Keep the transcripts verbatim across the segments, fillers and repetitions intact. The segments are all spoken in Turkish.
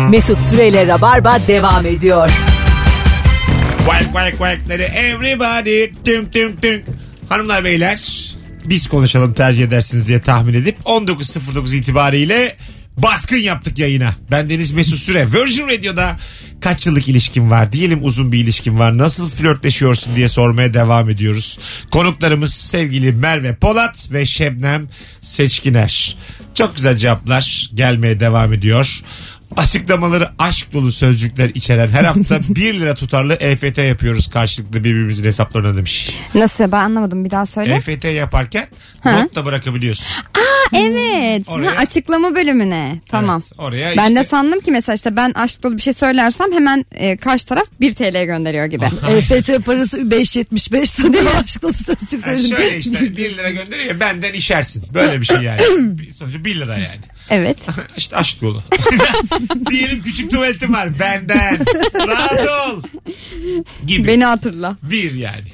Mesut Süreyle Rabarba devam ediyor. Quack quack quack'leri everybody tünk tünk tünk. Hanımlar beyler, biz konuşalım tercih edersiniz diye tahmin edip on dokuz sıfır dokuz itibariyle baskın yaptık yayına. Ben Deniz Mesut Süre. Virgin Radio'da kaç yıllık ilişkin var? Diyelim uzun bir ilişkin var. Nasıl flörtleşiyorsun diye sormaya devam ediyoruz. Konuklarımız sevgili Merve Polat ve Şebnem Seçkiner. Çok güzel cevaplar gelmeye devam ediyor. Açıklamaları aşk dolu sözcükler içeren her hafta bir lira tutarlı E F T yapıyoruz karşılıklı birbirimizin hesaplarına demiş. Nasıl, ben anlamadım, bir daha söyle. E F T yaparken ha? not da bırakabiliyorsun. Aa evet. Oraya, ha, açıklama bölümüne. Tamam. Evet, oraya ben işte... de sandım ki mesela işte ben aşk dolu bir şey söylersem hemen e, karşı taraf bir TL gönderiyor gibi. E F T parası beş yetmiş beş sanırım aşk dolu sözcük yani söyledim. şöyle işte bir lira gönderiyor ya, benden işersin. Böyle bir şey yani. Sonuçta bir lira yani. Evet. İşte aşk dolu. Diyelim küçük tuvaletim var benden. Razı ol. Gibi. Beni hatırla. Bir yani.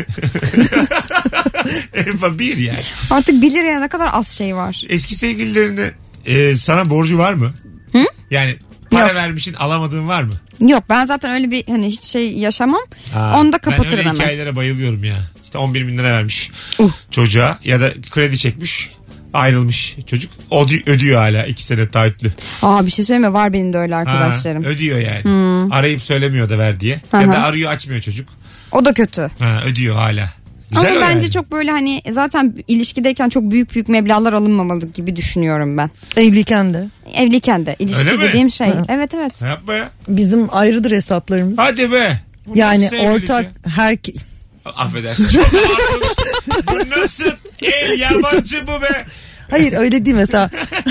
Bir yani. Artık bir liraya ne kadar az şey var. Eski sevgililerine e, sana borcu var mı? Hı? Yani para Yok. vermişsin, alamadığın var mı? Yok, ben zaten öyle bir hani hiç şey yaşamam. Aa, Onu da kapatırım ben öyle hemen. hikayelere bayılıyorum ya. İşte on bir bin lira vermiş uh. çocuğa ya da kredi çekmiş. Ayrılmış çocuk. O ödüyor hala iki sene taahhütlü. Aa bir şey söyleme, var benim de öyle arkadaşlarım. Ha, ödüyor yani. Hmm. Arayıp söylemiyor da ver diye. Aha. Ya da arıyor açmıyor çocuk. O da kötü. Ha, ödüyor hala. Güzel. Ama bence yani. çok böyle hani zaten ilişkideyken çok büyük büyük meblağlar alınmamalı gibi düşünüyorum ben. Evliyken de. Evliyken de ilişki Öyle mi? dediğim şey. Ha. Evet evet. Yapma ya. Bizim ayrıdır hesaplarımız. Hadi be. Bu Yani nasıl evlilik ortak ya? her... Affedersin. Çok ağır konuştun. Bu nasıl? El yabancı bu be. Hayır öyle değil mesela.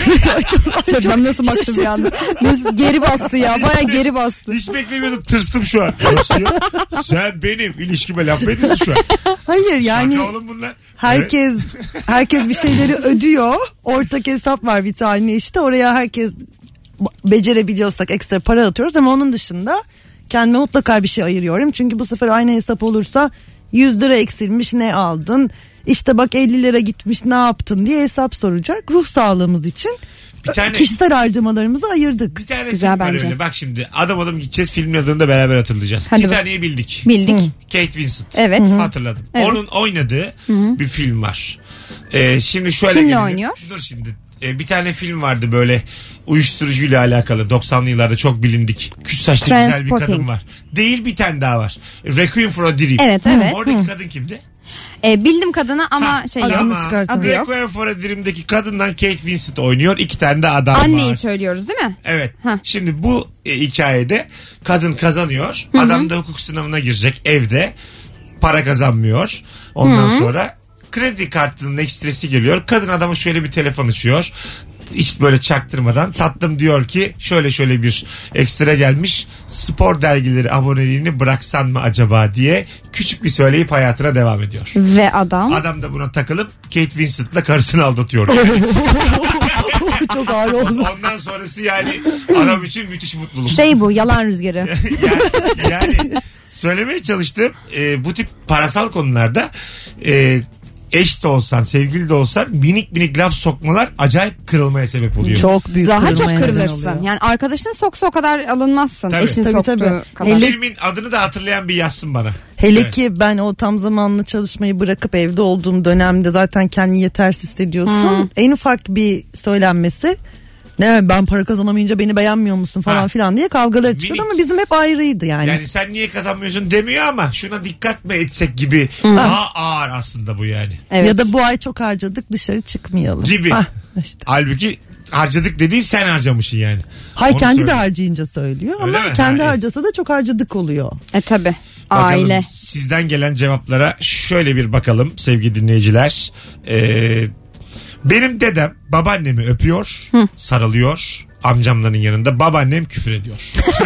Çok, ben nasıl baktım bir anda. Nasıl geri bastı ya, baya geri bastı. Hiç beklemiyordum, tırstım şu an. Nasıl ya? Sen benim ilişkime laf mı ediyorsun şu an? Hayır yani Şaka oğlum bunlar. herkes herkes bir şeyleri ödüyor. Ortak hesap var bir tane, işte oraya herkes becerebiliyorsak ekstra para atıyoruz ama onun dışında kendime mutlaka bir şey ayırıyorum. Çünkü bu sefer aynı hesap olursa yüz lira eksilmiş, ne aldın? İşte bak elli lira gitmiş, ne yaptın diye hesap soracak. Ruh sağlığımız için bir tane, kişisel harcamalarımızı ayırdık. Bir tane güzel film var bence. öyle. Bak şimdi adım adım gideceğiz, filmin adını da beraber hatırlayacağız. Hadi İki bak. taneyi bildik. Bildik. Hı. Kate Winslet. Evet. Hı-hı. Hatırladım. Evet. Onun oynadığı Hı-hı. bir film var. Ee, şimdi şöyle kimle gelelim. oynuyor? Dur şimdi. Ee, bir tane film vardı böyle uyuşturucuyla alakalı. doksanlı yıllarda çok bilindik. Küç saçlı güzel bir kadın var. Değil, bir tane daha var. Requiem for a Dream. Evet evet. Oradaki Hı. kadın kimdi? E, bildim kadını ama Ha, şey adını yok. çıkartalım. Adı yok. Requiem for a Dream'deki kadından Kate Winslet oynuyor. İki tane de adam Anneyi var. söylüyoruz değil mi? Evet. Heh. Şimdi bu e, hikayede kadın kazanıyor. Hı-hı. Adam da hukuk sınavına girecek evde. Para kazanmıyor. Ondan Hı-hı. sonra kredi kartının ekstresi geliyor. Kadın adama şöyle bir telefon açıyor. Hiç böyle çaktırmadan tatlım diyor ki şöyle şöyle bir ekstra gelmiş, spor dergileri aboneliğini bıraksan mı acaba diye küçük bir söyleyip hayatına devam ediyor. Ve adam Adam da buna takılıp Kate Winslet'la karısını aldatıyor. Çok ağır oldu. Ondan sonrası yani adam için müthiş mutluluk. şey bu yalan rüzgarı. yani, yani söylemeye çalıştığım e, bu tip parasal konularda e, eş de olsan, sevgili de olsan minik minik laf sokmalar acayip kırılmaya sebep oluyor. Çok büyük Daha çok kırılmaya neden kırılırsın. oluyor. Yani arkadaşın soksa o kadar alınmazsın. Tabii. Eşin Tabii, soktuğu tabii. kadar. Hele- Filmin adını da hatırlayan bir yazsın bana. Hele Evet. ki ben o tam zamanlı çalışmayı bırakıp evde olduğum dönemde zaten kendini yetersiz hissediyorsun. Hmm. En ufak bir söylenmesi, ne ben para kazanamayınca beni beğenmiyor musun falan Ha. filan diye kavgalar çıkıyordu Minik. ama bizim hep ayrıydı yani. Yani sen niye kazanmıyorsun demiyor ama şuna dikkat mi etsek gibi daha ağır aslında bu yani. Evet. Ya da bu ay çok harcadık, dışarı çıkmayalım. Gibi. Hah, işte. Halbuki harcadık dediğin sen harcamışsın yani. Hayır, Onu kendi de söyle. harcayınca söylüyor Öyle ama mi? kendi Ha, iyi. harcasa da çok harcadık oluyor. E tabi. Bakalım, Aile. sizden gelen cevaplara şöyle bir bakalım sevgili dinleyiciler. Ee, benim dedem babaannemi öpüyor, Hı. sarılıyor. Amcamların yanında babaannem küfür ediyor.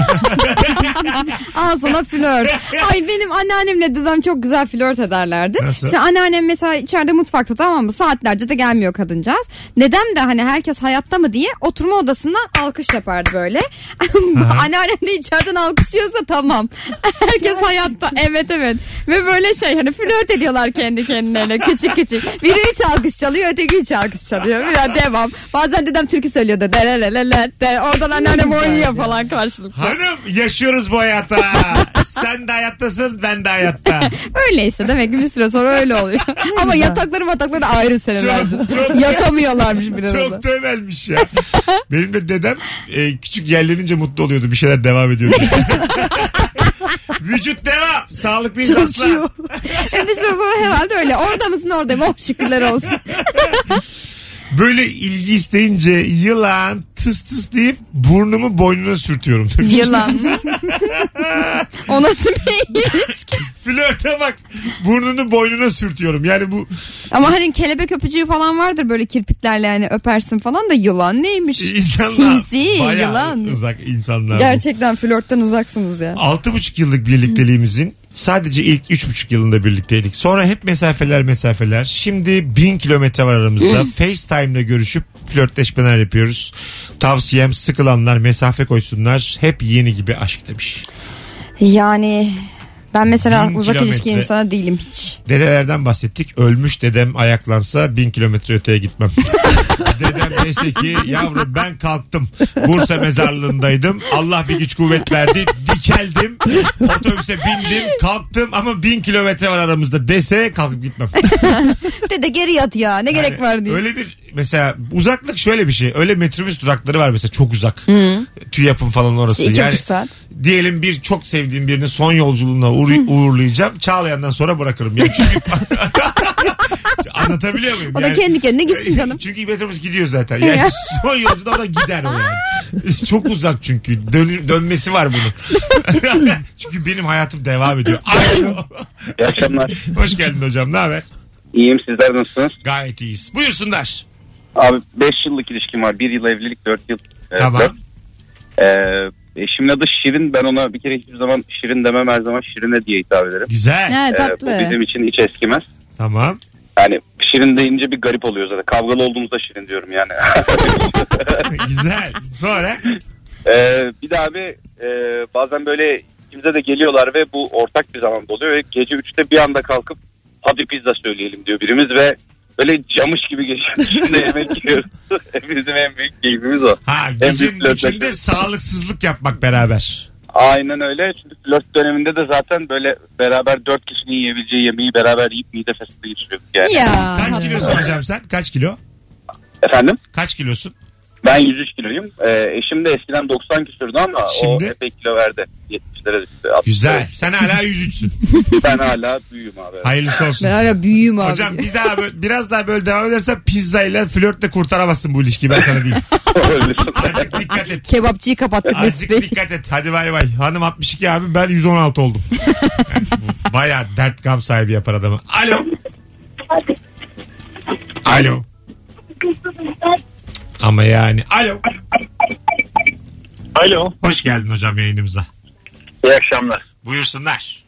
Ağzına flört. Ay benim anneannemle dedem çok güzel flört ederlerdi. Nasıl? Şimdi anneannem mesela içeride mutfakta, tamam mı? Saatlerce de gelmiyor kadıncağız. Dedem de hani herkes hayatta mı diye oturma odasından alkış yapardı böyle. Anneannem de içeriden alkışlıyorsa tamam. Herkes hayatta. Evet evet. Ve böyle şey hani flört ediyorlar kendi kendilerine küçük küçük. Biri üç alkış çalıyor, öteki üç alkış çalıyor. Biraz devam. Bazen dedem türkü söylüyordu. Dereleleler. evet de oradan anneannem oynuyor falan karşılıklı. Hanım yaşıyoruz bu hayata. Sen de hayattasın, ben de hayatta. Öyleyse demek ki bir süre sonra öyle oluyor. Ama yatakları matakları ayrı senelerde. Çok, çok, yatamıyorlarmış bir arada. Çok temelmiş ya. Benim de dedem e, küçük yerlenince mutlu oluyordu. Bir şeyler devam ediyordu. Vücut devam. Sağlıklı insanlar. E bir süre sonra herhalde öyle. Orada mısın oradayım. Oh şükürler olsun. Böyle ilgi isteyince yılan tıs tıs deyip burnumu boynuna sürtüyorum. Yılan mı? O nasıl bir ilişki? Flörte bak. Burnunu boynuna sürtüyorum. Yani bu... Ama hani kelebek öpücüğü falan vardır böyle kirpiklerle yani öpersin falan da yılan neymiş? İnsanlar Sinsi yılan. yılan. Uzak insanlar. Gerçekten flörtten uzaksınız ya. Altı buçuk yıllık birlikteliğimizin sadece ilk üç buçuk yılında birlikteydik. Sonra hep mesafeler mesafeler. Şimdi bin kilometre var aramızda. FaceTime'le görüşüp flörtleşmeler yapıyoruz. Tavsiyem sıkılanlar mesafe koysunlar. Hep yeni gibi aşk demiş. Yani ben mesela Bin uzak kilometre. ilişki insanı değilim hiç. Dedelerden bahsettik. Ölmüş dedem ayaklansa bin kilometre öteye gitmem. Dedem dese ki yavrum ben kalktım. Bursa mezarlığındaydım. Allah bir güç kuvvet verdi. Dikeldim. Otobüse bindim. Kalktım ama bin kilometre var aramızda dese kalkıp gitmem. Dede geri yat ya ne gerek var diye. Öyle bir mesela uzaklık şöyle bir şey. Öyle metrobüs durakları var mesela çok uzak. TÜYAP'ın falan orası. İki yani buçuk saat. diyelim bir çok sevdiğim birini son yolculuğuna uğur- uğurlayacağım. Çağlayan'dan sonra bırakırım. Yani çünkü anlatabiliyor muyum? O da kendi kendine gitsin canım. Çünkü metrobüs gidiyor zaten. Yani son yolculuğunda o da gider o yani. Çok uzak çünkü. Dön- dönmesi var bunun. Çünkü benim hayatım devam ediyor. Alo. İyi akşamlar. Hoş geldin hocam. Ne haber? İyiyim, sizler nasılsınız? Gayet iyiyiz. Buyursunlar. Abi beş yıllık ilişkim var. bir yıl evlilik, dört yıl. e, Tamam. flört. Ee, eşimin adı Şirin. Ben ona bir kere hiçbir zaman Şirin demem, her zaman Şirine diye hitap ederim. Güzel. Ha, Ee, bu tatlı. bizim için hiç eskimez. Tamam. Yani Şirin deyince bir garip oluyor zaten. Kavgalı olduğumuzda Şirin diyorum yani. Güzel. Sonra? Ee, bir de abi e, bazen böyle ikimize de geliyorlar ve bu ortak bir zamanda oluyor ve gece üçte bir anda kalkıp hadi pizza söyleyelim diyor birimiz ve böyle camış gibi gece içinde yemek yiyoruz. Bizim en büyük keyfimiz o. Ha, En gecenin büyük flört içinde sağlıksızlık yapmak beraber. Aynen öyle. Çünkü flört döneminde de zaten böyle beraber dört kişinin yiyebileceği yemeği beraber yiyip mide fesatı geçiriyoruz yani. Ya. Kaç kilosun hocam sen? Kaç kilo? Efendim? Kaç kilosun? Ben yüz üç kiloyum. Ee, eşim de eskiden doksan küsürdü ama Şimdi? o epey kilo verdi. yetmişlere düştü. Güzel. Sen hala yüz üçsün. Ben hala büyüğüm abi. Hayırlısı olsun. Ben hala büyüğüm abi. Hocam bir daha böyle- biraz daha böyle devam edersen pizzayla flörtle kurtaramazsın bu ilişkiyi ben sana diyeyim. Azıcık dikkat et. Kebapçıyı kapattık Azıcık Mesut Bey. dikkat et. Hadi bay bay. Hanım altmış iki abi ben yüz on altı oldum. Yani bu bayağı dert gam sahibi yapar adamı. Alo. Alo. Ama yani. Alo. Alo. Hoş geldin hocam yayınımıza. İyi akşamlar. Buyursunlar.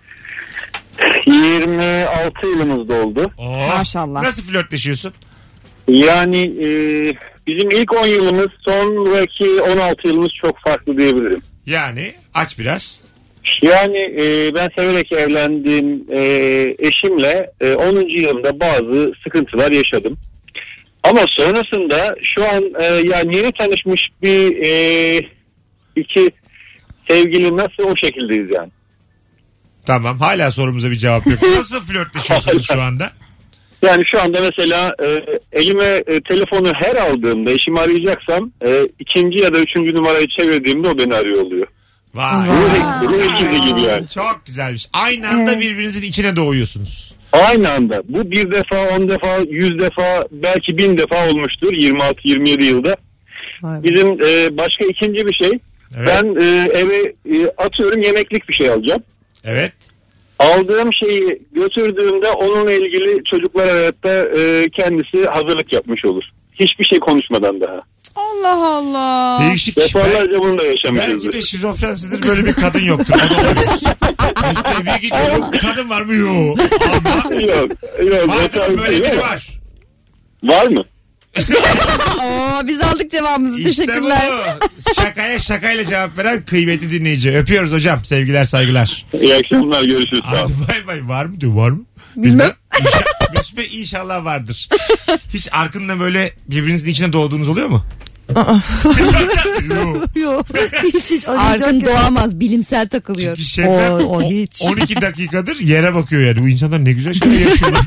yirmi altı yılımız doldu. Oo. Maşallah. Nasıl flörtleşiyorsun? Yani e, bizim ilk on yılımız sonraki on altı yılımız çok farklı diyebilirim. Yani aç biraz. Yani e, ben severek evlendiğim e, eşimle e, onuncu yılımda bazı sıkıntılar yaşadım. Ama sonrasında şu an e, yani yeni tanışmış bir e, iki sevgili nasıl o şekildeyiz yani. Tamam hala sorumuza bir cevap yok. Nasıl flörtleşiyorsunuz şu anda? Yani şu anda mesela e, elime e, telefonu her aldığımda eşimi arayacaksam e, ikinci ya da üçüncü numarayı çevirdiğimde o beni arıyor oluyor. Vay. Ruh, ruh ikizi gibi yani. Çok güzelmiş. Aynı anda birbirinizin içine doğuyorsunuz. Aynı anda. Bu bir defa, on defa, yüz defa, belki bin defa olmuştur yirmi altı yirmi yedi yılda. Vay be. Bizim e, başka ikinci bir şey. Evet. Ben e, eve e, atıyorum yemeklik bir şey alacağım. Evet. Aldığım şeyi götürdüğümde onunla ilgili çocuklar hayatta e, kendisi hazırlık yapmış olur. Hiçbir şey konuşmadan daha. Allah Allah. Değişik. Ben, Defalarca bunu da belki yaşamışızdır. de şizofrensidir böyle bir kadın yoktur. O da olabilir. Üstüne bir gidiyorum kadın var mı? Yok. Ama Yok. Yok. var o tarz mı? Böyle değil biri ama- var. Var mı? Oo, biz aldık cevabımızı. İşte Teşekkürler. bu. Şakaya şakayla cevap veren kıymetli dinleyici. Öpüyoruz hocam. Sevgiler saygılar. İyi akşamlar, görüşürüz. Sağ Hadi olun. bay bay. Var mı diyor. Var mı? Bilmem. İnşallah, Mesut Bey inşallah vardır. Hiç arkında böyle birbirinizin içine doğduğunuz oluyor mu? Yok. Yok. Hiç hiç arayacak Arkın yok. doğamaz, bilimsel takılıyor. Çünkü Şebnem O- o hiç. on iki dakikadır yere bakıyor yani. Bu insanlar ne güzel şeyler yaşıyorlar.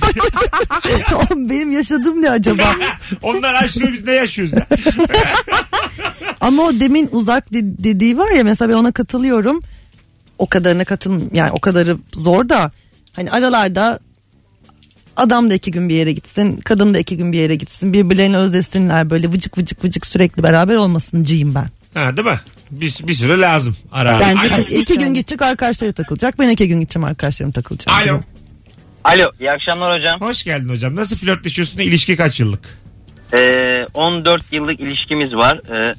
Benim yaşadığım ne acaba? Onlar aşkı biz ne yaşıyoruz ya? Ama o demin uzak de- dediği var ya, mesela ben ona katılıyorum. O kadarına katıl yani o kadarı zor da hani aralarda adam da iki gün bir yere gitsin, kadın da iki gün bir yere gitsin, birbirlerini özlesinler, böyle vıcık vıcık vıcık sürekli beraber olmasıncıyım ben. Ha, değil mi? Bir, bir süre lazım. Ara ara. Bence Alo. de. İki gün gidecek, arkadaşları takılacak, ben iki gün gideceğim, arkadaşlarım takılacak. Alo. Alo, iyi akşamlar hocam. Hoş geldin hocam. Nasıl flörtleşiyorsun? İlişki kaç yıllık? Ee, on dört yıllık ilişkimiz var. Ee,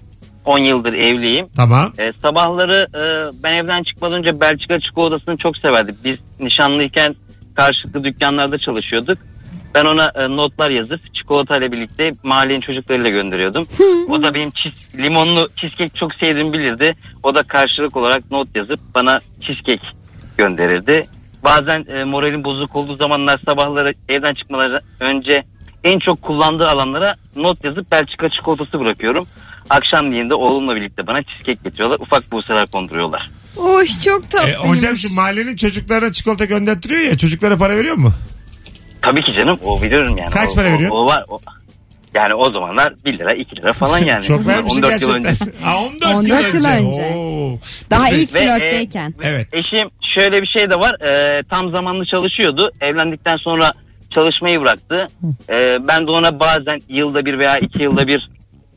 on yıldır evliyim. Tamam. Ee, sabahları e, ben evden çıkmadan önce Belçika çikolatasını çok severdim. Biz nişanlıyken karşılıklı dükkanlarda çalışıyorduk. Ben ona e, notlar yazıp çikolatayla birlikte mahallenin çocuklarıyla gönderiyordum. O da benim çiz, limonlu cheesecake çok sevdiğimi bilirdi. O da karşılık olarak not yazıp bana cheesecake gönderirdi. Bazen e, moralim bozuk olduğu zamanlar sabahları evden çıkmadan önce en çok kullandığı alanlara not yazıp Belçika çikolatası bırakıyorum. Akşamleyin de oğlumla birlikte bana cheesecake getiriyorlar. Ufak buğseler konduruyorlar. Oy çok E, tatlıymış. hocam şu mahallenin çocuklarına çikolata göndertiriyor ya. Çocuklara para veriyor mu? Tabii ki canım, o veriyorum yani. Kaç o, para o, veriyor? O var. O. Yani o zamanlar bir lira iki lira falan yani. Çok vermişsin on dört yıl gerçekten. önce. Ha, on dört, on dört yıl yıl önce. önce. Oo. Daha Peki, ilk Ve, flörtteyken. e, Evet. Eşim şöyle bir şey de var. E, tam zamanlı çalışıyordu. Evlendikten sonra çalışmayı bıraktı. E, ben de ona bazen yılda bir veya iki yılda bir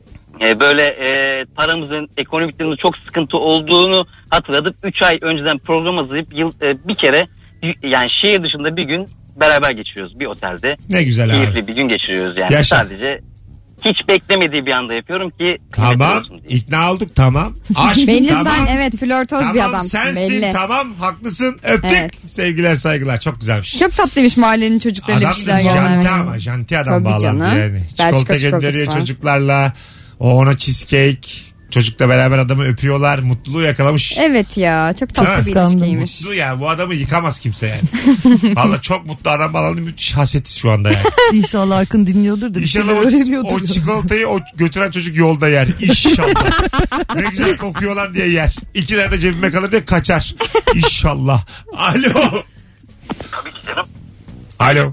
e, böyle e, paramızın, ekonomik durumunda çok sıkıntı olduğunu hatırladıp üç ay önceden program hazırlayıp yıl, e, bir kere yani şehir dışında bir gün beraber geçiriyoruz bir otelde. Ne güzel Keyifli abi. bir gün geçiriyoruz yani. Yaşa. Sadece hiç beklemediği bir anda yapıyorum ki Tamam. olsun diye. İkna olduk, tamam. Aşk, Belli tamam. sen evet flörtöz Tamam, bir adamsın sensin, belli. tamam, haklısın, öptük. Evet. Sevgiler, saygılar, çok güzelmiş. Çok tatlıymış mahallenin çocuklarıyla bir Adam da şeyler janti göndermek. ama janti adam Tabii bağlandı canım. yani. Belçika Çikolata çikolatası gönderiyor falan. çocuklarla. O ona cheesecake. Çocukla beraber adamı öpüyorlar. Mutluluğu yakalamış. Evet ya çok tatlı Evet. bir ilişkiymiş. Mutlu ya, bu adamı yıkamaz kimse yani. Valla çok mutlu adam bağlandı, müthiş hasetiz şu anda yani. İnşallah Arkın dinliyordur da bir İnşallah şeyler o, öğreniyordur. o çikolatayı o götüren çocuk yolda yer. İnşallah. Ne güzel kokuyorlar diye yer. İkiler de cebime kalır diye kaçar. İnşallah. Alo. Tabii ki canım. Alo.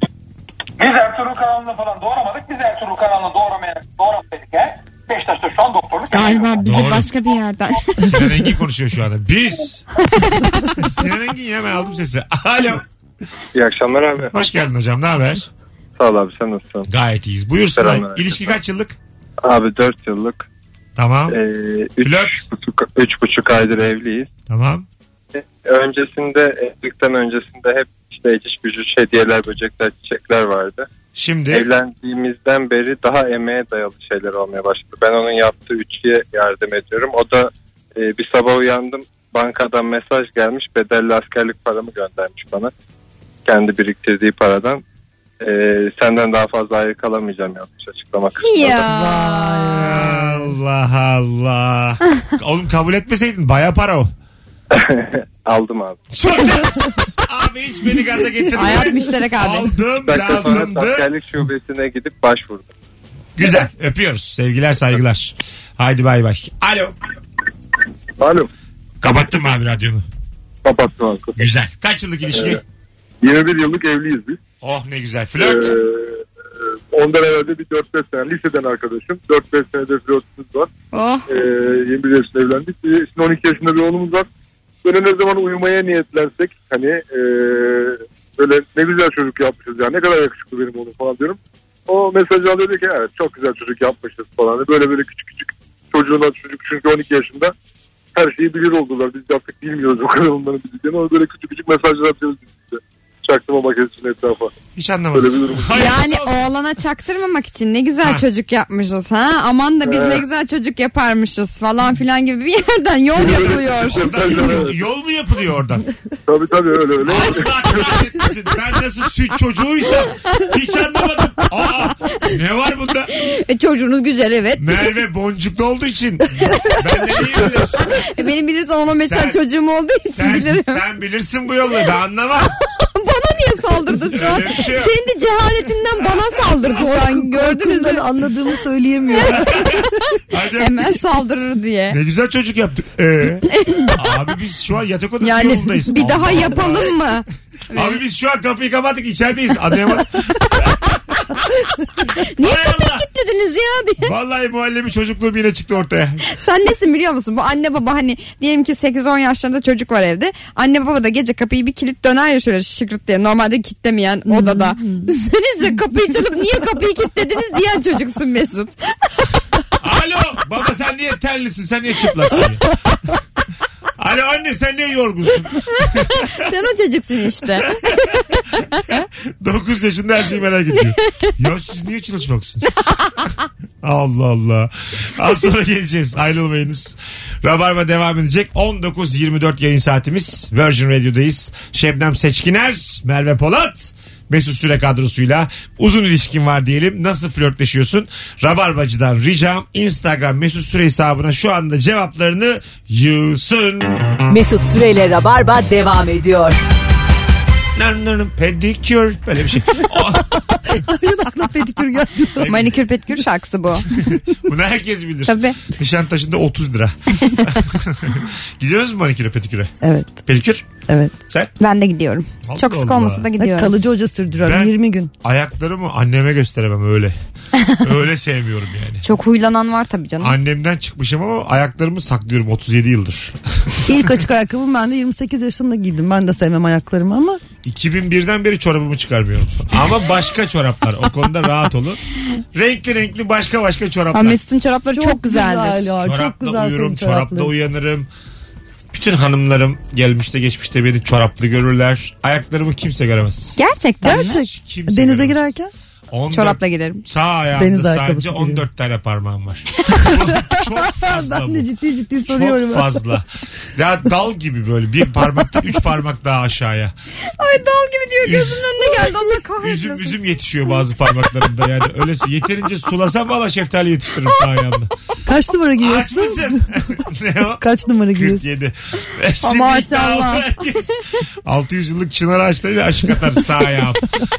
Biz Ertuğrul Karahan'la falan doğuramadık. Biz Ertuğrul Karahan'la doğuramaya doğuramaydık he. Beşiktaş'ta şu an doktorluk. Galiba bizi Doğru. başka bir yerden. Sinan Engin konuşuyor şu anda. Biz. Sinan Engin ya, ben aldım sesi. Alo. İyi akşamlar abi. Hoş geldin hocam, ne haber? Sağ ol abi, sen nasılsın? Gayet iyiyiz. Buyursunlar. Selamlar. İlişki kaç yıllık? Abi dört yıllık. Tamam. Ee, üç, Flört. buçuk, üç buçuk aydır evliyiz. Tamam. Öncesinde, evlilikten öncesinde hep işte eciş bücüş hediyeler, böcekler, çiçekler vardı. Şimdi Evlendiğimizden beri daha emeğe dayalı şeyler olmaya başladı. Ben onun yaptığı üçlüye yardım ediyorum. O da e, bir sabah uyandım, bankadan mesaj gelmiş, bedelli askerlik paramı göndermiş bana. Kendi biriktirdiği paradan. E, senden daha fazla ayrı kalamayacağım yapmış açıklama kısmında. Ya. Allah Allah. Oğlum kabul etmeseydin baya para o. Aldım abi. Abi hiç beni gaza getirme. Hayat müşterek abi. Aldım, Dakika sonra lazımdı. askerlik şubesine gidip başvurdum. Güzel, öpüyoruz. Sevgiler, saygılar. Haydi bay bay. Alo. Alo. Kapattın mı abi radyonu? Kapattım abi. Güzel. Kaç yıllık ilişki? Evet. yirmi bir yıllık evliyiz biz. Oh ne güzel. Flört. Ee, ondan evvel de bir dört beş sene liseden arkadaşım. dört beş senede flörtümüz var. Oh. Ee, yirmi bir yaşında evlendik. Ee, Şimdi on iki yaşında bir oğlumuz var. Böyle ne zaman uyumaya niyetlensek hani ee, böyle ne güzel çocuk yapmışız ya, ne kadar yakışıklı benim oğlum falan diyorum. O mesajı alıyor diyor ki evet çok güzel çocuk yapmışız falan. Böyle böyle küçük küçük çocuğuna, çocuk çünkü on iki yaşında her şeyi bilir oldular. Biz de artık bilmiyoruz o kadar onların bildiklerini. Ama böyle küçük küçük mesajlar atıyoruz biz de. Çaktırmamak için etrafa. Hiç anlamadım. Böyle bir durum. Yani Hayırlısı olsun. oğlana çaktırmamak için ne güzel Ha. çocuk yapmışız ha. Aman da biz ne güzel çocuk yaparmışız falan filan gibi bir yerden yol yapılıyor. Oradan yol mu yapılıyor oradan? Tabii tabii öyle öyle. Allah kahretsin. Ben nasıl süt çocuğuysam hiç anlamadım. Aa, ne var bunda? E, çocuğunuz güzel evet. Merve boncuklu olduğu için. Ben de iyi bilir. E, benim bilirsin ona mesela Sen- çocuğum olduğu için Sen, bilirim. sen bilirsin bu yolu. Ben anlamam. Bana niye saldırdı şu an. Öyle bir şey yok. Kendi cehaletinden bana saldırdı şu an. Gördünüz mü? Ben anladığımı söyleyemiyorum. Hadi. Hemen saldırır diye. Ne güzel çocuk yaptık. Ee, abi biz şu an yatak odası Yani yolundayız. bir daha Allah Allah. yapalım mı? Abi biz şu an kapıyı kapattık içerideyiz. Anlayamadım. Niye Hay kapıyı Allah. kilitlediniz ya diye. Vallahi muhallebi çocukluğum yine çıktı ortaya. Sen nesin biliyor musun? Bu anne baba hani diyelim ki sekiz on yaşlarında çocuk var evde. Anne baba da gece kapıyı bir kilit döner ya şöyle şıkırt diye. Normalde kilitlemeyen odada. Sen işte kapıyı çalıp niye kapıyı kilitlediniz diyen çocuksun Mesut. Alo baba sen niye terlisin sen niye çıplaksın? Alo anne sen niye yorgunsun? Sen o çocuksun işte. dokuz yaşında her şeyi merak ediyor. Ya siz niye çalışmaksınız? Allah Allah. Az sonra geleceğiz. Ayrılmayınız. Rabarba devam edecek. on dokuz yirmi dört yayın saatimiz. Virgin Radio'dayız. Şebnem Seçkiner, Merve Polat, Mesut Süre kadrosuyla uzun ilişkin var diyelim. Nasıl flörtleşiyorsun? Rabarbacıdan ricam Instagram Mesut Süre hesabına şu anda cevaplarını yığsın. Mesut Süreyle Rabarba devam ediyor. Pedikür böyle bir şey. Aynen aklına pedikür geldi. Manikür pedikür şarkısı bu. Bunu herkes bilir. Tabii. Nişantaşı'nda otuz lira. Gidiyoruz mu maniküre pediküre? Evet. Pedikür? Evet. Sen? Ben de gidiyorum. Allah Çok sık Allah. olmasa da Hep gidiyorum. kalıcı hoca sürdürüyorum Ben- yirmi gün. Ayaklarımı anneme gösteremem öyle. Öyle sevmiyorum yani. Çok huylanan var tabii canım. Annemden çıkmışım ama ayaklarımı saklıyorum otuz yedi yıldır. İlk açık ayakkabımı ben de yirmi sekiz yaşında giydim. Ben de sevmem ayaklarımı ama. iki bin birden beri çorabımı çıkarmıyorum. Ama başka çoraplar. O konuda rahat olun. Renkli renkli başka başka çoraplar. Ama Mesut'un çorapları çok, güzeldir. güzel ya, çok Çorapla güzel uyurum, senin çorapla çorapların. uyanırım. Bütün hanımlarım gelmişte geçmişte beni çoraplı görürler. Ayaklarımı kimse göremez. Gerçekten mi? Gerçek. Kimse Denize göremez. girerken on dört Çorapla girerim. Sağ ayağımda Deniz sadece ayakkabısı on dört giriyor. tane parmağım var. Çok fazla ben bu. de ciddi ciddi soruyorum. Çok fazla. Ya dal gibi böyle bir parmakta üç parmak daha aşağıya. Ay dal gibi diyor gözümün önüne geldi Allah Üzüm kahretmesin. üzüm yetişiyor bazı parmaklarımda yani. Öyle yeterince sulasam valla şeftali yetiştiririm sağ ayağımda. Kaç numara Aç giyiyorsun? mısın? Ne o? Kaç numara giyiyorsun? kırk yedi. Şimdi maşallah. herkes altı yüz yıllık çınar ağaçlarıyla aşık atar sağ ayağım.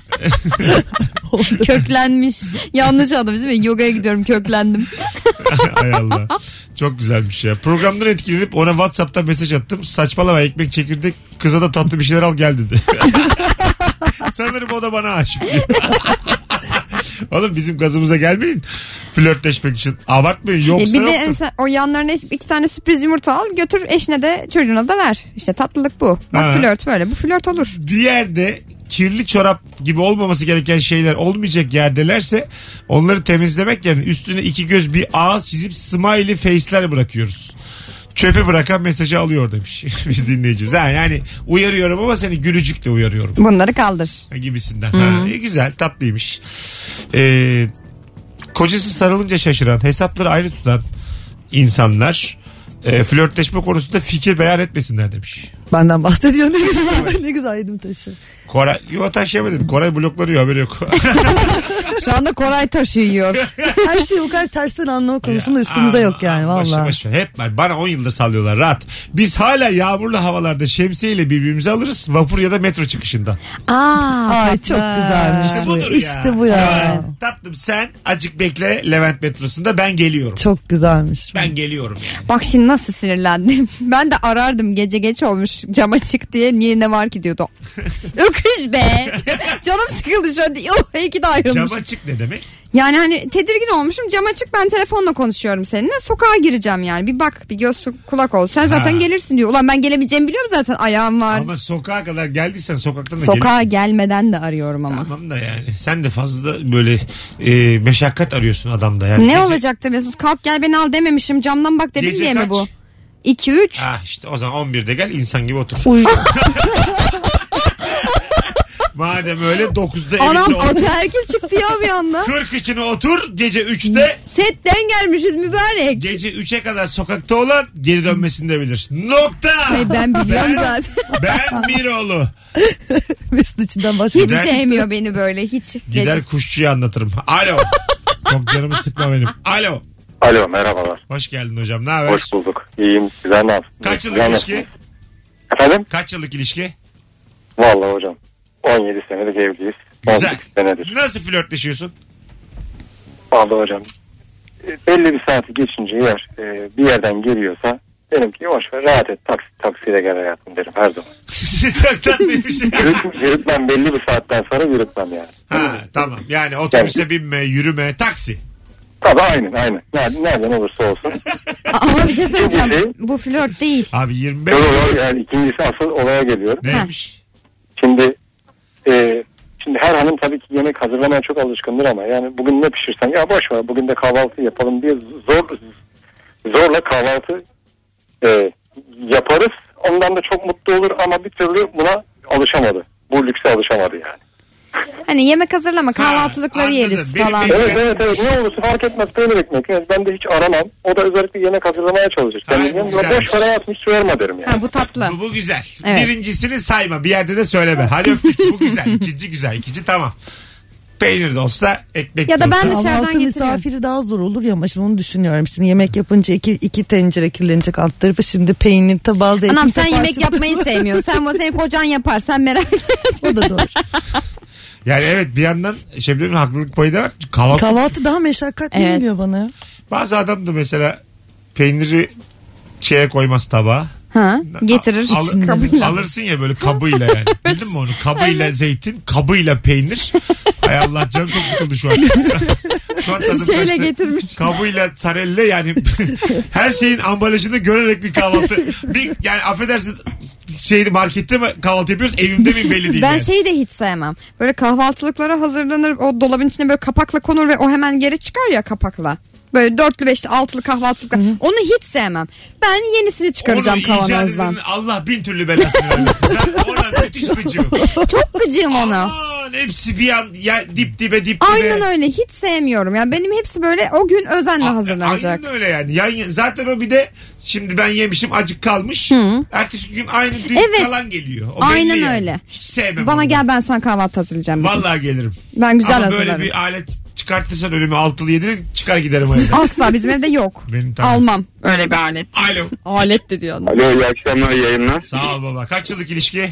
Köklenmiş. Yanlış anladım değil mi? Yogaya gidiyorum köklendim. Hay Allah. Çok güzelmiş ya. Programdan etkilenip ona WhatsApp'tan mesaj attım. Saçmalama ekmek çekirdek kıza da tatlı bir şeyler al gel dedi. Sanırım o da bana aşık diyor. Oğlum bizim gazımıza gelmeyin. Flörtleşmek için. Abartmayın E yoksa bir de yoktur. mesela o yanlarına iki tane sürpriz yumurta al götür eşine de çocuğuna da ver. İşte tatlılık bu. Bak Ha. flört böyle. Bu flört olur. Bir yerde kirli çorap gibi olmaması gereken şeyler olmayacak yerdelerse onları temizlemek yerine üstüne iki göz bir ağız çizip smiley face'ler bırakıyoruz. Çöpe bırakan mesajı alıyor demiş bir dinleyicimiz. Ha, yani uyarıyorum ama seni gülücükle uyarıyorum. Bunları kaldır. Gibisinden. Ha, e, güzel tatlıymış. Ee, kocası sarılınca şaşıran, hesapları ayrı tutan insanlar e, flörtleşme konusunda fikir beyan etmesinler demiş. Benden bahsediyor ne güzel. Ne güzel yedim taşı. Koray, yo taşıyamadım. Koray bloklanıyor haberi yok. Şu anda Koray taşı yiyor. Her şeyi bu kadar tersten anlama konusunda üstümüze yok yani Aa, boşu valla. boşu. Hep var. Bana on yıldır sallıyorlar rahat. Biz hala yağmurlu havalarda şemsiyeyle birbirimizi alırız. Vapur ya da metro çıkışında. Aa, Ay tatlı. çok güzelmiş İşte bu. budur ya. İşte bu ya. Ya, tatlım sen acık bekle Levent metrosunda ben geliyorum. Çok güzelmiş. Ben geliyorum yani. Bak şimdi nasıl sinirlendim. Ben de arardım gece geç olmuş cama çık diye. Niye ne var ki diyordu. Öküz be. Canım sıkıldı şu an. Oh, iyi ki de ayrılmış. Cama çık ne demek? Yani hani tedirgin olmuşum. Cama çık ben telefonla konuşuyorum seninle. Sokağa gireceğim yani. Bir bak bir göz kulak ol. Sen zaten Ha. gelirsin diyor. Ulan ben gelemeyeceğimi biliyorum zaten. Ayağım var. Ama sokağa kadar geldiysen sokaktan da Sokağa gelirsin. gelmeden de arıyorum ama. Tamam da yani. Sen de fazla böyle e, meşakkat arıyorsun adamda. Yani Ne gece- olacaktı Mesut? Kalk gel beni al dememişim. Camdan bak dedim Gece diye kaç? mi bu? iki üç. Ah işte o zaman on birde gel insan gibi otur. Uy. Madem öyle dokuzda Anam evinde otur. ataerkil çıktı ya bir anda. kırk içine otur gece üçte Setten gelmişiz mübarek. gece üçe kadar sokakta olan geri dönmesini de bilir. Nokta. Ay ben biliyorum Ben- zaten. Ben Miroğlu. Mesut içinden başka. Hiç Gider- sevmiyor beni böyle hiç. Gider Gece. kuşçuya anlatırım. Alo. Çok canımı sıkma benim. Alo. Alo merhabalar. Hoş geldin hocam. Ne haber? Hoş bulduk. İyiyim. Güzel ne yaptın? Kaç yıllık Güzel ilişki? nasılsın? Efendim? Kaç yıllık ilişki? Vallahi hocam. on yedi senelik evliyiz. Güzel. on sekiz senedir. Nasıl flörtleşiyorsun? Vallahi hocam. e, Belli bir saati geçince eğer e, bir yerden geliyorsa derim ki yavaş ver rahat et taksi, taksiyle gel hayatım derim her zaman. Çok tatlıymış. Yürüt, yürütmem belli bir saatten sonra yürütmem yani. Ha, tamam. Yani otobüse binme, yürüme, taksi. Tabii aynen aynen. Nereden, nereden olursa olsun. Ama bir şey söyleyeceğim. İkinci- Bu flört değil. Abi yirmi beş. Yok, yok, yani ikincisi asıl olaya geliyorum. Neymiş? Şimdi e, şimdi her hanım tabii ki yemek hazırlamaya çok alışkındır ama yani bugün ne pişirsen ya boş ver bugün de kahvaltı yapalım diye zor zorla kahvaltı e, yaparız. Ondan da çok mutlu olur ama bir türlü buna alışamadı. Bu lükse alışamadı yani. Hani yemek hazırlama, kahvaltılıkları anladım. yeriz Benim falan. evim- Evet evet evet ne olursa fark etmez peynir ekmek. Yani ben de hiç aramam. O da özellikle yemek hazırlamaya çalışır. Ay, Kendine bu boş güzelmiş. ver hayatım hiç sorma derim yani. Ha, bu tatlı. Bu, bu güzel. Evet. Birincisini sayma. Bir yerde de söyleme. Hadi öptük. Bu güzel. İkinci güzel. İkinci tamam. Peynir de olsa, ekmek Ya de da ben olsa. de- Dışarıdan Kahvaltı getiriyorum. misafiri daha zor olur ya ama şimdi onu düşünüyorum. Şimdi yemek yapınca iki, iki tencere kirlenecek alt tarafı. Şimdi peynir tabağı zeytin. Anam sen sefer yemek çıktı. yapmayı sevmiyorsun. Sen bu senin kocan yapar. Sen merak etme. O da doğru. Yani evet bir yandan Şebnem'in haklılık payı da var. Kahvaltı. Kahvaltı daha meşakkatli Evet. geliyor bana. Bazı adam da mesela peyniri şeye koymaz tabağa. Ha, getirir. Al- içinde. Kabıyla. alırsın ya böyle kabıyla yani. Bildin mi onu? Kabıyla zeytin, kabıyla peynir. Hay Allah canım çok sıkıldı şu an. Şu an tadım Şeyle kaçtı. getirmiş. Kabıyla sarelle yani her şeyin ambalajını görerek bir kahvaltı. Bir, yani affedersin şeydi markette mi kahvaltı yapıyoruz evimde miyim belli değil. Ben yani. şeyi de hiç sevmem. Böyle kahvaltılıklara hazırlanır, o dolabın içine böyle kapakla konur ve o hemen geri çıkar ya kapakla. Böyle dörtlü beşli altılı kahvaltılıklar. Onu hiç sevmem. Ben yenisini çıkaracağım Onu icat kavanozdan. edenin Allah bin türlü belasını versin. Ben ona müthiş gıcığım. Çok gıcığım ona. Aman hepsi bir an ya dip dibe dip dibe. Aynen öyle. Hiç sevmiyorum. Yani benim hepsi böyle o gün özenle A- hazırlanacak. Aynen öyle yani. Yan, zaten o bir de şimdi ben yemişim acık kalmış. Ertesi gün aynı dün Evet. kalan geliyor. O Aynen belli yani. öyle. Hiç sevmem Bana onu. gel ben sana kahvaltı hazırlayacağım. dedim. Vallahi gelirim. Ben güzel Ama hazırlarım. böyle bir alet çıkartırsan önüme altılı yedili çıkar giderim o evden. Asla bizim evde yok. Benim tamam. Almam. Öyle bir alet. Alo. Alet de diyor. Alo iyi akşamlar iyi yayınlar. Sağ ol baba. Kaç yıllık ilişki?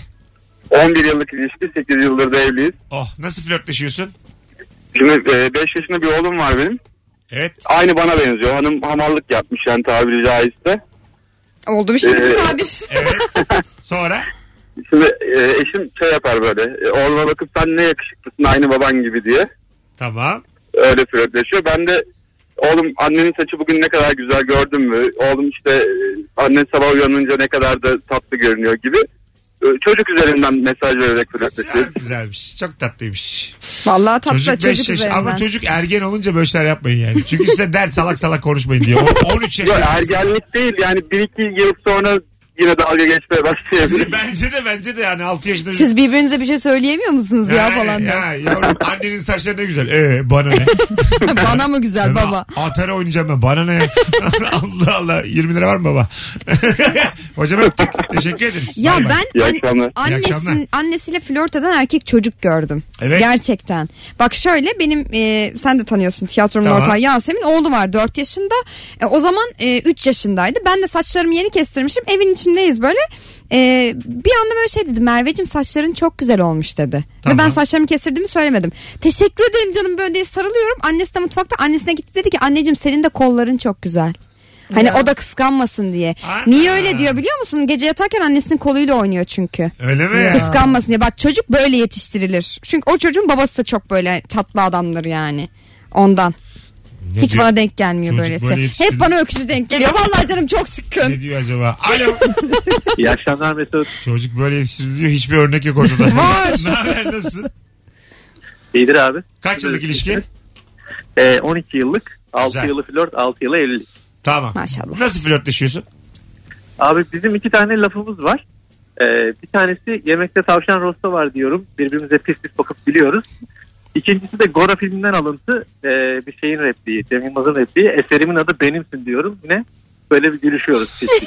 on bir yıllık ilişki sekiz yıldır da evliyiz. Oh nasıl flörtleşiyorsun? Şimdi beş yaşında bir oğlum var benim. Evet. Aynı bana benziyor. Hanım hamallık yapmış yani tabiri caizse. Oldu bir şey Ee, bu tabir. Evet. Sonra? Şimdi e, eşim şey yapar böyle. E, oğluma bakıp sen ne yakışıklısın aynı baban gibi diye. Tamam. Öyle flörtleşiyor. Ben de oğlum annenin saçı bugün ne kadar güzel gördün mü? Oğlum işte e, annen sabah uyanınca ne kadar da tatlı görünüyor gibi. E, çocuk üzerinden mesaj vererek flörtleşiyor. Çok güzelmiş. Çok tatlıymış. Vallahi tatlı Çocuk çocuk, beş yaş üzerinden. ama çocuk ergen olunca böyle şeyler yapmayın yani. Çünkü size der salak salak konuşmayın diyor. on üç Yok yaşında. ergenlik değil yani bir iki yıl sonra yine dalga geçmeye başlayabilir. Bence de bence de yani altı yaşında. Siz birbirinize bir şey söyleyemiyor musunuz ya, falan diyor. Ya yavrum annenin saçları ne güzel. Ee bana ne? Bana mı güzel baba? Atari oynayacağım ben. Bana ne? Allah Allah. yirmi lira var mı baba? Hocam öptük. Teşekkür ederiz. Ya Bay bay. ben İyi an- akşamlar. İyi akşamlar. annesin, annesiyle flört eden erkek çocuk gördüm. Evet. Gerçekten. Bak şöyle benim e, sen de tanıyorsun tiyatronun Tamam. ortağı Yasemin oğlu var dört yaşında. E, o zaman e, üç yaşındaydı. Ben de saçlarımı yeni kestirmişim. Evin içindeyiz böyle. E, bir anda böyle şey dedi. Merveciğim saçların çok güzel olmuş dedi. Tamam. Ve ben saçlarımı kestirdiğimi söylemedim. Teşekkür ederim canım böyle diye sarılıyorum. Annesi de mutfakta annesine gitti dedi ki anneciğim senin de kolların çok güzel. Hani o da kıskanmasın diye. Aa. Niye öyle diyor biliyor musun? Gece yatarken annesinin koluyla oynuyor çünkü. Öyle mi ya? Kıskanmasın diye. Bak çocuk böyle yetiştirilir. Çünkü o çocuğun babası da çok böyle tatlı adamdır yani. Ondan. Ne Hiç diyor? bana denk gelmiyor Çocuk böylesi. böyle yetiştirilir. Hep bana öküzü denk geliyor. Vallahi canım çok sıkkın. Ne diyor acaba? Alo. İyi akşamlar Mesut. Çocuk böyle yetiştiriliyor. Hiçbir örnek yok ortada. Var. Ne haber nasılsın? İyidir abi. Kaç yıllık ilişki? Ee, on iki yıllık. altı Güzel. yılı flört, altı yılı evlilik. Tamam. Maşallah. Nasıl flörtleşiyorsun? Abi bizim iki tane lafımız var. Ee, bir tanesi yemekte tavşan rosta var diyorum. Birbirimize pis pis bakıp biliyoruz. İkincisi de Gora filminden alıntı ee, bir şeyin repliği. Cem Yılmaz'ın repliği. Eserimin adı benimsin diyorum. Yine böyle bir gülüşüyoruz. Pis pis.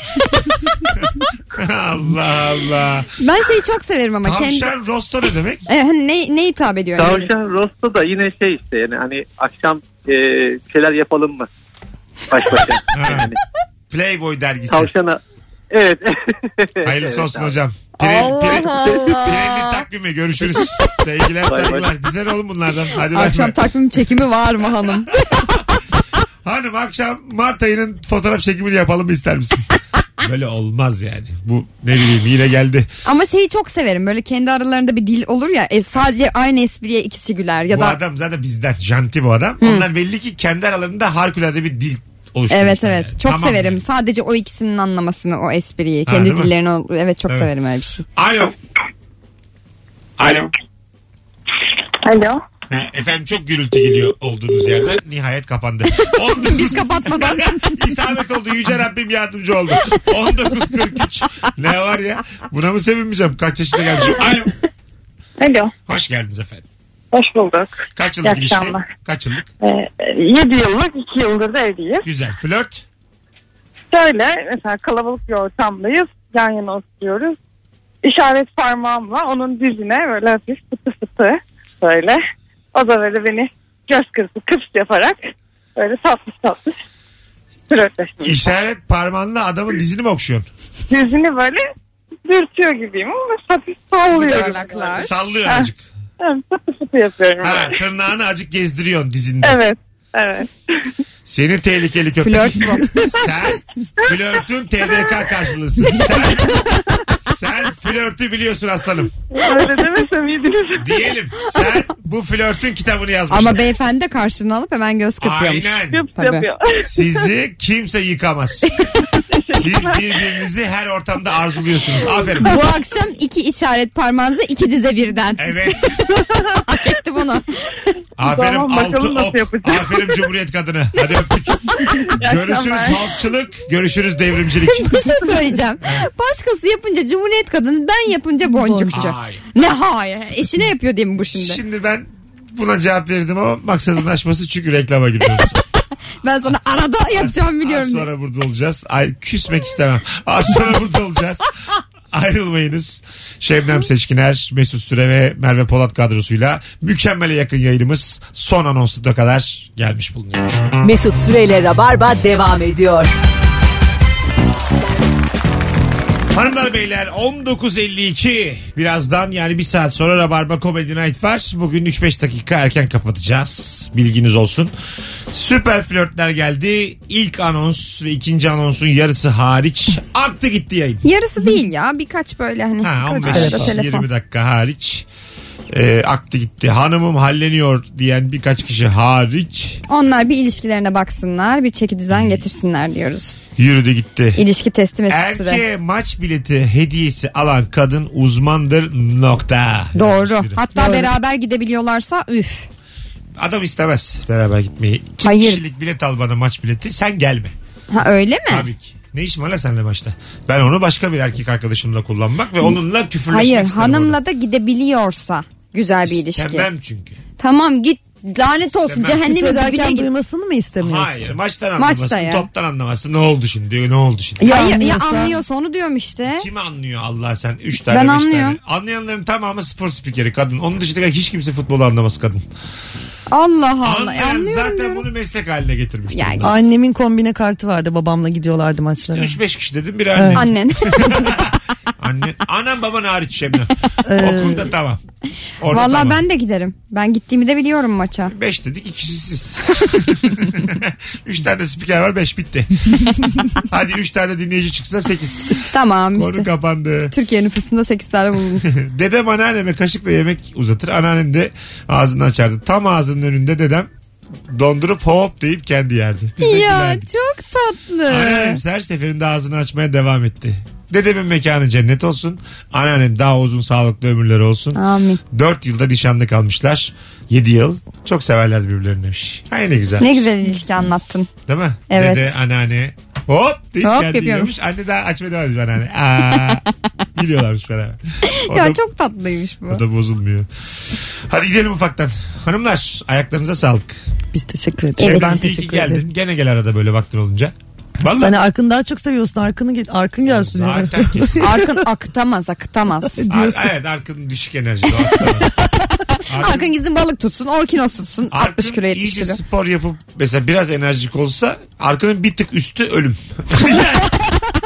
Allah Allah. Ben şeyi çok severim ama. kendi... Tavşan rosto ne demek? E, hani ne, ne hitap ediyor? Yani? Tavşan rosta da yine şey işte yani hani akşam ee, bir şeyler yapalım mı? Baş başa. Ha. Yani Playboy dergisi. tavşana evet. Hayırlısı Evet olsun abi. hocam. Allah Pirelli, Allah Pirelli, Allah. Pirelli takvimi görüşürüz. Sevgiler saygılar. Güzel oğlum bunlardan. Hadi bay Akşam bay. takvim çekimi var mı hanım? Hanım akşam Mart ayının fotoğraf çekimini yapalım mı ister misin? Böyle olmaz yani. Bu ne bileyim yine geldi. Ama şeyi çok severim. Böyle kendi aralarında bir dil olur ya. E, sadece aynı espriye ikisi güler. Ya Bu da adam zaten bizden. Janti bu adam. Onlar belli ki kendi aralarında harikulade bir dil oluşturmuşlar. evet evet. yani. Çok Tamam severim. yani. Sadece o ikisinin anlamasını, o espriyi. Ha, Kendi değil mi? dillerini. ol- Evet çok Evet. severim öyle bir şey. Alo. Alo. Alo. Ha, efendim çok gürültü geliyor olduğunuz yerden. Nihayet kapandı. Biz kapatmadan. İsabet oldu. Yüce Rabbim yardımcı oldu. on dokuz kırk üç. Ne var ya? Buna mı sevinmeyeceğim? Kaç yaşında gelmişim? Alo. Alo. Hoş geldiniz efendim. Hoş bulduk. Kaç yıllık İyi ilişki? akşamlar. Kaç yıllık? Ee, yedi yıllık, iki yıldır da evliyiz. Güzel. Flört? Şöyle mesela kalabalık bir ortamdayız. Yan yana oturuyoruz. İşaret parmağımla onun dizine böyle hafif fıtı fıtı böyle. O da böyle beni göz kırpı kıps yaparak böyle tatlı tatlı flörtleşmiş. İşaret parmağınla adamın dizini mi okşuyorsun? Dizini böyle dürtüyor gibiyim ama hafif sallıyor. Yuvarlaklar. Sallıyor Ha. azıcık. Evet, fıtı fıtı yapıyorum. Ha, böyle. tırnağını azıcık gezdiriyorsun dizinde. Evet. Evet. Seni tehlikeli köpek. Flört bu. Sen flörtün T D K karşılığısın. Sen, sen flörtü biliyorsun aslanım. Öyle demesem iyiydiniz. Diyelim sen bu flörtün kitabını yazmışsın. Ama beyefendi de karşılığını alıp hemen göz kırpıyormuş. Aynen. Kıps Tabii. yapıyor. Sizi kimse yıkamaz. Siz birbirinizi her ortamda arzuluyorsunuz. Aferin. Bu akşam iki işaret parmağınızı iki dize birden. Evet. Hak etti bunu. Aferin Tamam, altı bakalım nasıl ok. yapacağım. Aferin Cumhuriyet kadını. Hadi öptük. Görüşürüz akşamlar. halkçılık. Görüşürüz devrimcilik. Bir şey söyleyeceğim. Başkası yapınca Cumhuriyet kadını, ben yapınca boncukçu. Hayır. Ne hayır? Eşine yapıyor değil mi bu şimdi? Şimdi ben buna cevap verirdim ama maksadın aşması çünkü reklama gidiyoruz. Ben sana arada yapacağım biliyorum. Az sonra burada olacağız. Ay küsmek istemem. Az sonra burada olacağız. Ayrılmayınız. Şebnem Seçkiner, Mesut Süre ve Merve Polat kadrosuyla mükemmele yakın yayınımız son anonsuna kadar gelmiş bulunuyor. Mesut Süreyle Rabarba devam ediyor. Hanımlar beyler on dokuz elli iki birazdan yani bir saat sonra Rabarba Comedy Night var. Bugün üç beş dakika erken kapatacağız. Bilginiz olsun. Süper flörtler geldi. İlk anons ve ikinci anonsun yarısı hariç aktı gitti yayın. Yarısı değil ya, birkaç böyle hani. Ha, on birkaç beş arada telefon. yirmi dakika hariç e, aktı gitti. Hanımım halleniyor diyen birkaç kişi hariç Onlar bir ilişkilerine baksınlar, bir çeki düzen getirsinler diyoruz. yürüdü gitti. İlişki testi Mesut Süre. Erkeğe maç bileti hediyesi alan kadın uzmandır nokta. Doğru. Hatta Doğru. beraber gidebiliyorlarsa üf. Adam istemez beraber gitmeyi. Çift Hayır. kişilik bilet al bana maç bileti sen gelme. Ha öyle mi? Tabii ki. Ne işim var la seninle maçta? Ben onu başka bir erkek arkadaşımla kullanmak ve onunla küfürleşmek Hayır, isterim hanımla orada. da gidebiliyorsa güzel bir ilişki. İstemem çünkü. Tamam git, lanet olsun, İstemem. cehennemin dibine Ederken git. duymasını mı istemiyorsun? Hayır maçtan anlamasın, Maçta ya. toptan anlamasın. Ne oldu şimdi? Ne oldu şimdi? Ya Hayır, ya anlıyorsa? anlıyorsa onu diyorum işte. Kim anlıyor Allah sen? Üç tane Ben beş anlıyorum. tane. Anlayanların tamamı spor spikeri kadın. Onun dışında hiç kimse futbolu anlamaz kadın. Allah Allah. Anlayan Anlıyorum zaten diyorum. bunu meslek haline getirmiştir. Yani. Annemin kombine kartı vardı, babamla gidiyorlardı maçlara. üç beş kişi dedim biri anne. Annen. Anne, anam baban hariç Şebnem. Okulda tamam. Orada Vallahi tamam. ben de giderim. Ben gittiğimi de biliyorum maça. Beş dedik ikisi siz. Üç tane spiker var beş bitti. Hadi üç tane dinleyici çıksa sekiz. Tamam Konu işte. kapandı. Türkiye nüfusunda sekiz tane buldum. Dedem anneanneme kaşıkla yemek uzatır. Anneannem de ağzını açardı. Tam ağzının önünde dedem dondurup hop deyip kendi yerdi. Biz de Ya gülerdik. çok tatlı. Anneannem her seferinde ağzını açmaya devam etti. Dedemin mekanı cennet olsun. Anneannem daha uzun sağlıklı ömürleri olsun. Amin. Dört yılda nişanlı kalmışlar. Yedi yıl. Çok severlerdi birbirlerini demiş. Ay ne güzel. Ne güzel ilişki anlattın. Değil mi? Evet. Dede, anneanne. Hop deyip Hop kendi yapıyormuş. yiyormuş. Anne daha açmaya devam ediyor anneanne. Aa, gülüyorlarmış beraber. O Ya da, çok tatlıymış bu. o da bozulmuyor. Hadi gidelim ufaktan. Hanımlar ayaklarınıza sağlık. Biz teşekkür ederiz. Evet, Ben ben iyi ki teşekkür geldin. ederim. Gene gel arada böyle vaktin olunca. Vallahi. Sen Arkın'ı daha çok seviyorsun. Arkın'ı gel, Arkın gelsin. yani. Zaten kesin. Arkın akıtamaz akıtamaz. Ar- evet Arkın düşük enerjili. o aktarmaz. Arkın, Arkın gizli balık tutsun, orkinos tutsun. altmış kilo Arkın yetmiş iyice kilo. spor yapıp mesela biraz enerjik olsa Arkın'ın bir tık üstü ölüm.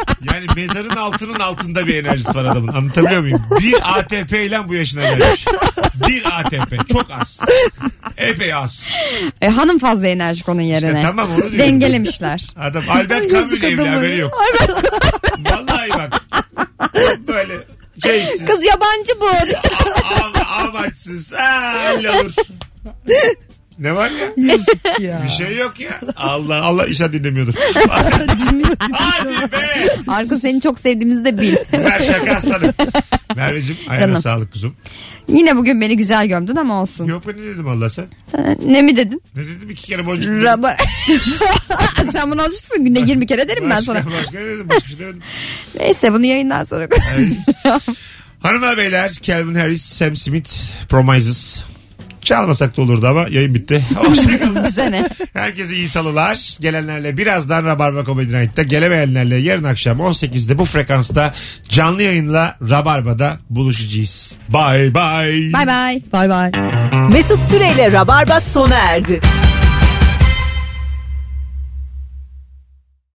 Yani mezarın altının altında bir enerjisi var adamın. Anlatabiliyor muyum? Bir A T P ile bu yaşına gelmiş. Bir A T P. Çok az. Epey az. E, hanım fazla enerjik onun yerine. İşte tamam onu diyorum. Dengelemişler. Adam Albert Camus ile evli haberi yok. Vallahi bak. Böyle şeysiz. Kız yabancı bu. Am- amaçsız. Ha, öyle olur. Ne var ya? Yazık ya. Bir şey yok ya. Allah Allah işe dinlemiyordur. Hadi be. Arka seni çok sevdiğimizi de bil. Ver şaka aslanım. Merveciğim ayağına Canım. sağlık kuzum. Yine bugün beni güzel gömdün ama olsun. Yok ben ne dedim Allah sen? Ne mi dedin? Ne dedim iki kere boncuk dedim. Rabar. Sen bunu alışırsın. Günde yirmi kere derim ben Başka, sana. başka ne dedim? Başka bir şey demedim. Neyse bunu yayından sonra Hanımlar beyler Calvin Harris, Sam Smith, Promises. Çalmasak da olurdu ama yayın bitti. Hoşçakalın. Bize ne? Herkese iyi salılar. Gelenlerle birazdan Rabarba Comedy Night'ta, gelemeyenlerle yarın akşam on sekizde bu frekansta canlı yayınla Rabarba'da buluşacağız. Bye bye. Bye bye. Bay bay. Mesut Süreyle Rabarba sona erdi.